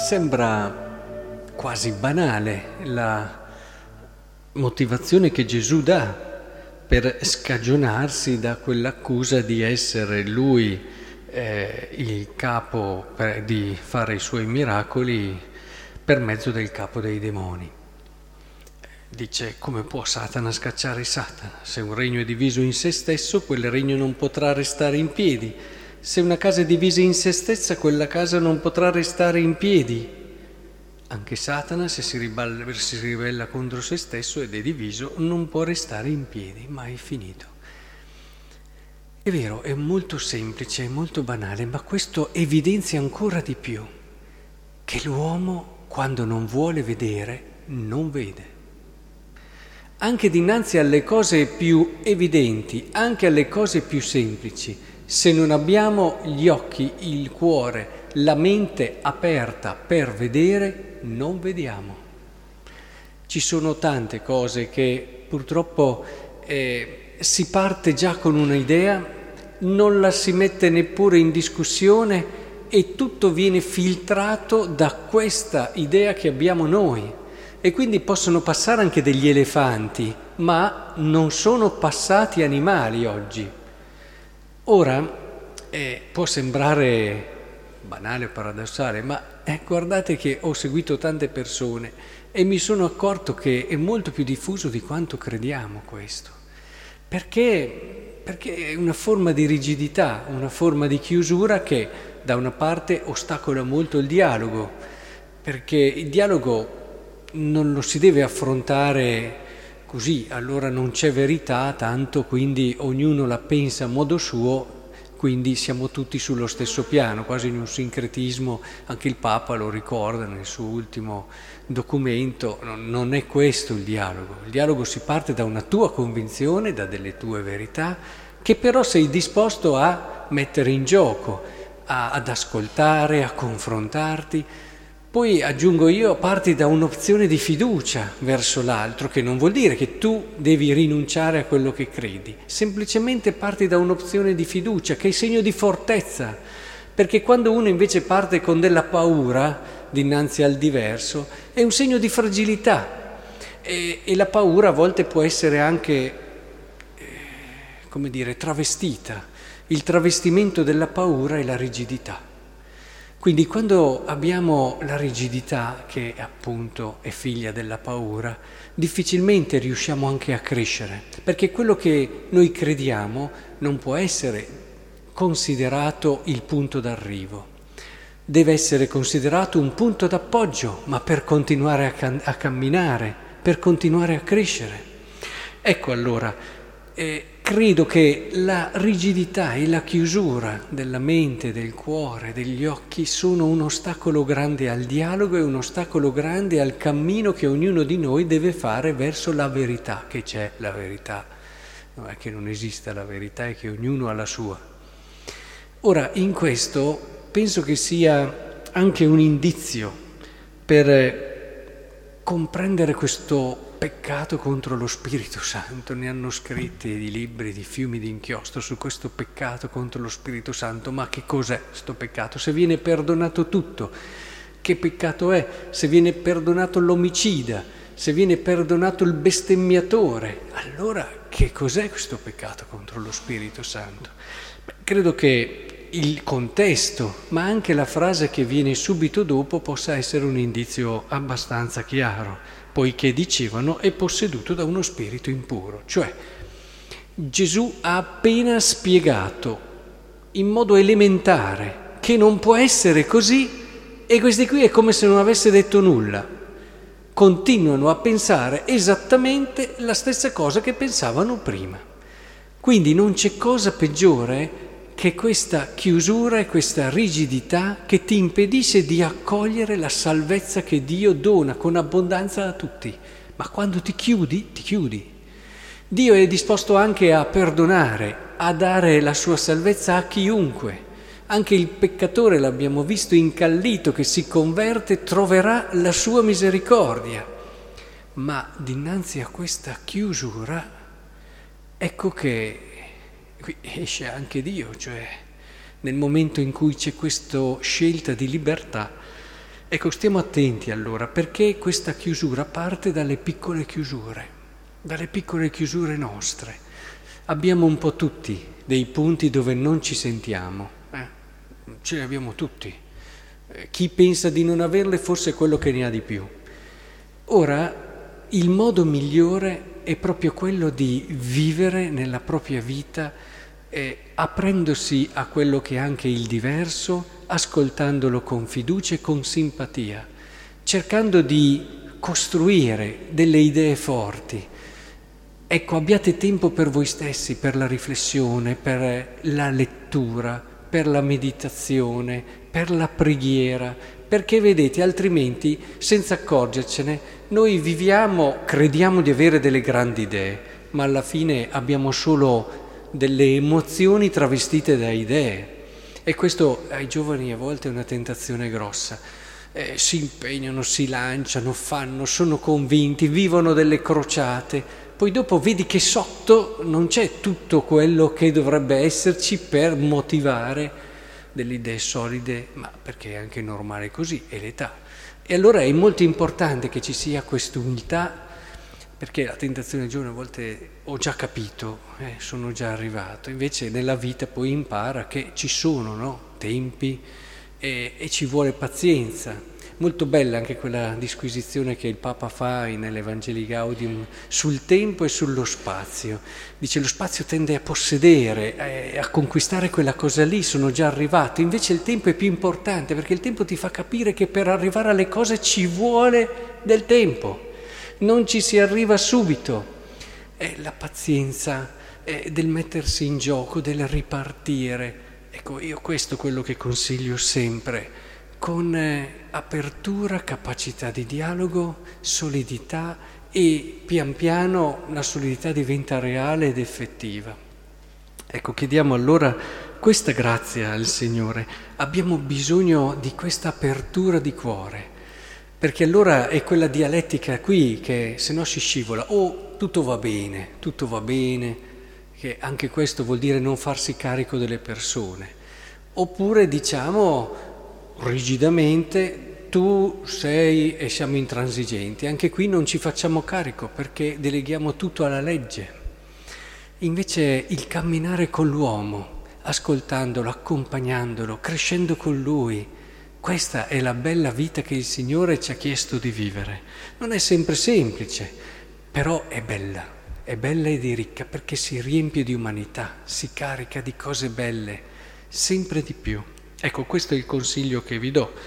sembra quasi banale la motivazione che Gesù dà per scagionarsi da quell'accusa di essere lui il capo di fare i suoi miracoli per mezzo del capo dei demoni. Dice: come può Satana scacciare Satana? Se un regno è diviso in se stesso, quel regno non potrà restare in piedi. Se una casa è divisa in se stessa, quella casa non potrà restare in piedi. Anche Satana, se si ribella contro se stesso ed è diviso, non può restare in piedi, mai finito. È vero, è molto semplice, è molto banale, ma questo evidenzia ancora di più che l'uomo, quando non vuole vedere, non vede. Anche dinanzi alle cose più evidenti, anche alle cose più semplici, se non abbiamo gli occhi, il cuore, la mente aperta per vedere, non vediamo. Ci sono tante cose che purtroppo si parte già con un'idea, non la si mette neppure in discussione e tutto viene filtrato da questa idea che abbiamo noi. E quindi possono passare anche degli elefanti, ma non sono passati animali oggi. Ora, può sembrare banale o paradossale, ma guardate che ho seguito tante persone e mi sono accorto che è molto più diffuso di quanto crediamo questo. Perché è una forma di rigidità, una forma di chiusura che da una parte ostacola molto il dialogo, perché il dialogo non lo si deve affrontare così, allora non c'è verità, tanto quindi ognuno la pensa a modo suo, quindi siamo tutti sullo stesso piano, quasi in un sincretismo. Anche il Papa lo ricorda nel suo ultimo documento. Non è questo il dialogo si parte da una tua convinzione, da delle tue verità, che però sei disposto a mettere in gioco, ad ascoltare, a confrontarti. Poi aggiungo io, parti da un'opzione di fiducia verso l'altro, che non vuol dire che tu devi rinunciare a quello che credi, semplicemente parti da un'opzione di fiducia, che è segno di fortezza, perché quando uno invece parte con della paura dinanzi al diverso, è un segno di fragilità e la paura a volte può essere anche, travestita. Il travestimento della paura è la rigidità. Quindi quando abbiamo la rigidità, che appunto è figlia della paura, difficilmente riusciamo anche a crescere, perché quello che noi crediamo non può essere considerato il punto d'arrivo, deve essere considerato un punto d'appoggio, ma per continuare a camminare, per continuare a crescere. Ecco allora, credo che la rigidità e la chiusura della mente, del cuore, degli occhi sono un ostacolo grande al dialogo e un ostacolo grande al cammino che ognuno di noi deve fare verso la verità, che c'è la verità. Non è che non esista la verità, è che ognuno ha la sua. Ora, in questo penso che sia anche un indizio per comprendere questo peccato contro lo Spirito Santo. Ne hanno scritti di libri, di fiumi di inchiostro su questo peccato contro lo Spirito Santo. Ma che cos'è questo peccato? Se viene perdonato tutto, che peccato è? Se viene perdonato l'omicida, se viene perdonato il bestemmiatore, allora che cos'è questo peccato contro lo Spirito Santo? Credo che il contesto, ma anche la frase che viene subito dopo, possa essere un indizio abbastanza chiaro, poiché dicevano è posseduto da uno spirito impuro. Cioè Gesù ha appena spiegato in modo elementare che non può essere così e questi qui è come se non avesse detto nulla. Continuano a pensare esattamente la stessa cosa che pensavano prima. Quindi non c'è cosa peggiore che questa chiusura e questa rigidità che ti impedisce di accogliere la salvezza che Dio dona con abbondanza a tutti. Ma quando ti chiudi, ti chiudi. Dio è disposto anche a perdonare, a dare la sua salvezza a chiunque. Anche il peccatore, l'abbiamo visto, incallito, che si converte, troverà la sua misericordia. Ma dinanzi a questa chiusura, ecco che qui esce anche Dio, cioè nel momento in cui c'è questa scelta di libertà, Ecco, stiamo attenti allora, perché questa chiusura parte dalle piccole chiusure nostre. Abbiamo un po' tutti dei punti dove non ci sentiamo, ce li abbiamo tutti. Chi pensa di non averle forse è quello che ne ha di più. Ora, il modo migliore è proprio quello di vivere nella propria vita aprendosi a quello che è anche il diverso, ascoltandolo con fiducia e con simpatia, cercando di costruire delle idee forti. Ecco, abbiate tempo per voi stessi, per la riflessione, per la lettura, per la meditazione, per la preghiera, perché vedete, altrimenti, senza accorgercene, noi viviamo, crediamo di avere delle grandi idee, ma alla fine abbiamo solo delle emozioni travestite da idee. E questo ai giovani a volte è una tentazione grossa. Si impegnano, si lanciano, fanno, sono convinti, vivono delle crociate, poi dopo vedi che sotto non c'è tutto quello che dovrebbe esserci per motivare delle idee solide, ma perché è anche normale così, è l'età. E allora è molto importante che ci sia quest'umiltà, perché la tentazione giovane a volte ho già capito, sono già arrivato, invece nella vita poi impara che ci sono, no? Tempi e ci vuole pazienza. Molto bella anche quella disquisizione che il Papa fa nell'Evangelii Gaudium sul tempo e sullo spazio. Dice lo spazio tende a possedere, a conquistare quella cosa lì, sono già arrivato, invece il tempo è più importante perché il tempo ti fa capire che per arrivare alle cose ci vuole del tempo. Non ci si arriva subito, è la pazienza del mettersi in gioco, del ripartire. Ecco, io questo è quello che consiglio sempre, con apertura, capacità di dialogo, solidità e pian piano la solidità diventa reale ed effettiva. Ecco, chiediamo allora questa grazia al Signore, abbiamo bisogno di questa apertura di cuore. Perché allora è quella dialettica qui che se no si scivola, tutto va bene, che anche questo vuol dire non farsi carico delle persone. Oppure diciamo rigidamente tu sei e siamo intransigenti, anche qui non ci facciamo carico perché deleghiamo tutto alla legge. Invece il camminare con l'uomo, ascoltandolo, accompagnandolo, crescendo con lui, questa è la bella vita che il Signore ci ha chiesto di vivere. Non è sempre semplice, però è bella ed è ricca perché si riempie di umanità, si carica di cose belle, sempre di più. Ecco, questo è il consiglio che vi do.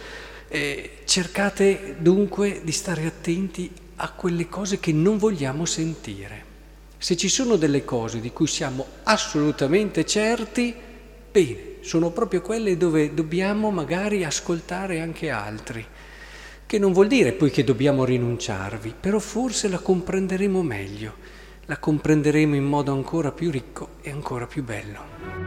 Cercate dunque di stare attenti a quelle cose che non vogliamo sentire. Se ci sono delle cose di cui siamo assolutamente certi, bene, sono proprio quelle dove dobbiamo magari ascoltare anche altri, che non vuol dire poi che dobbiamo rinunciarvi, però forse la comprenderemo meglio, la comprenderemo in modo ancora più ricco e ancora più bello.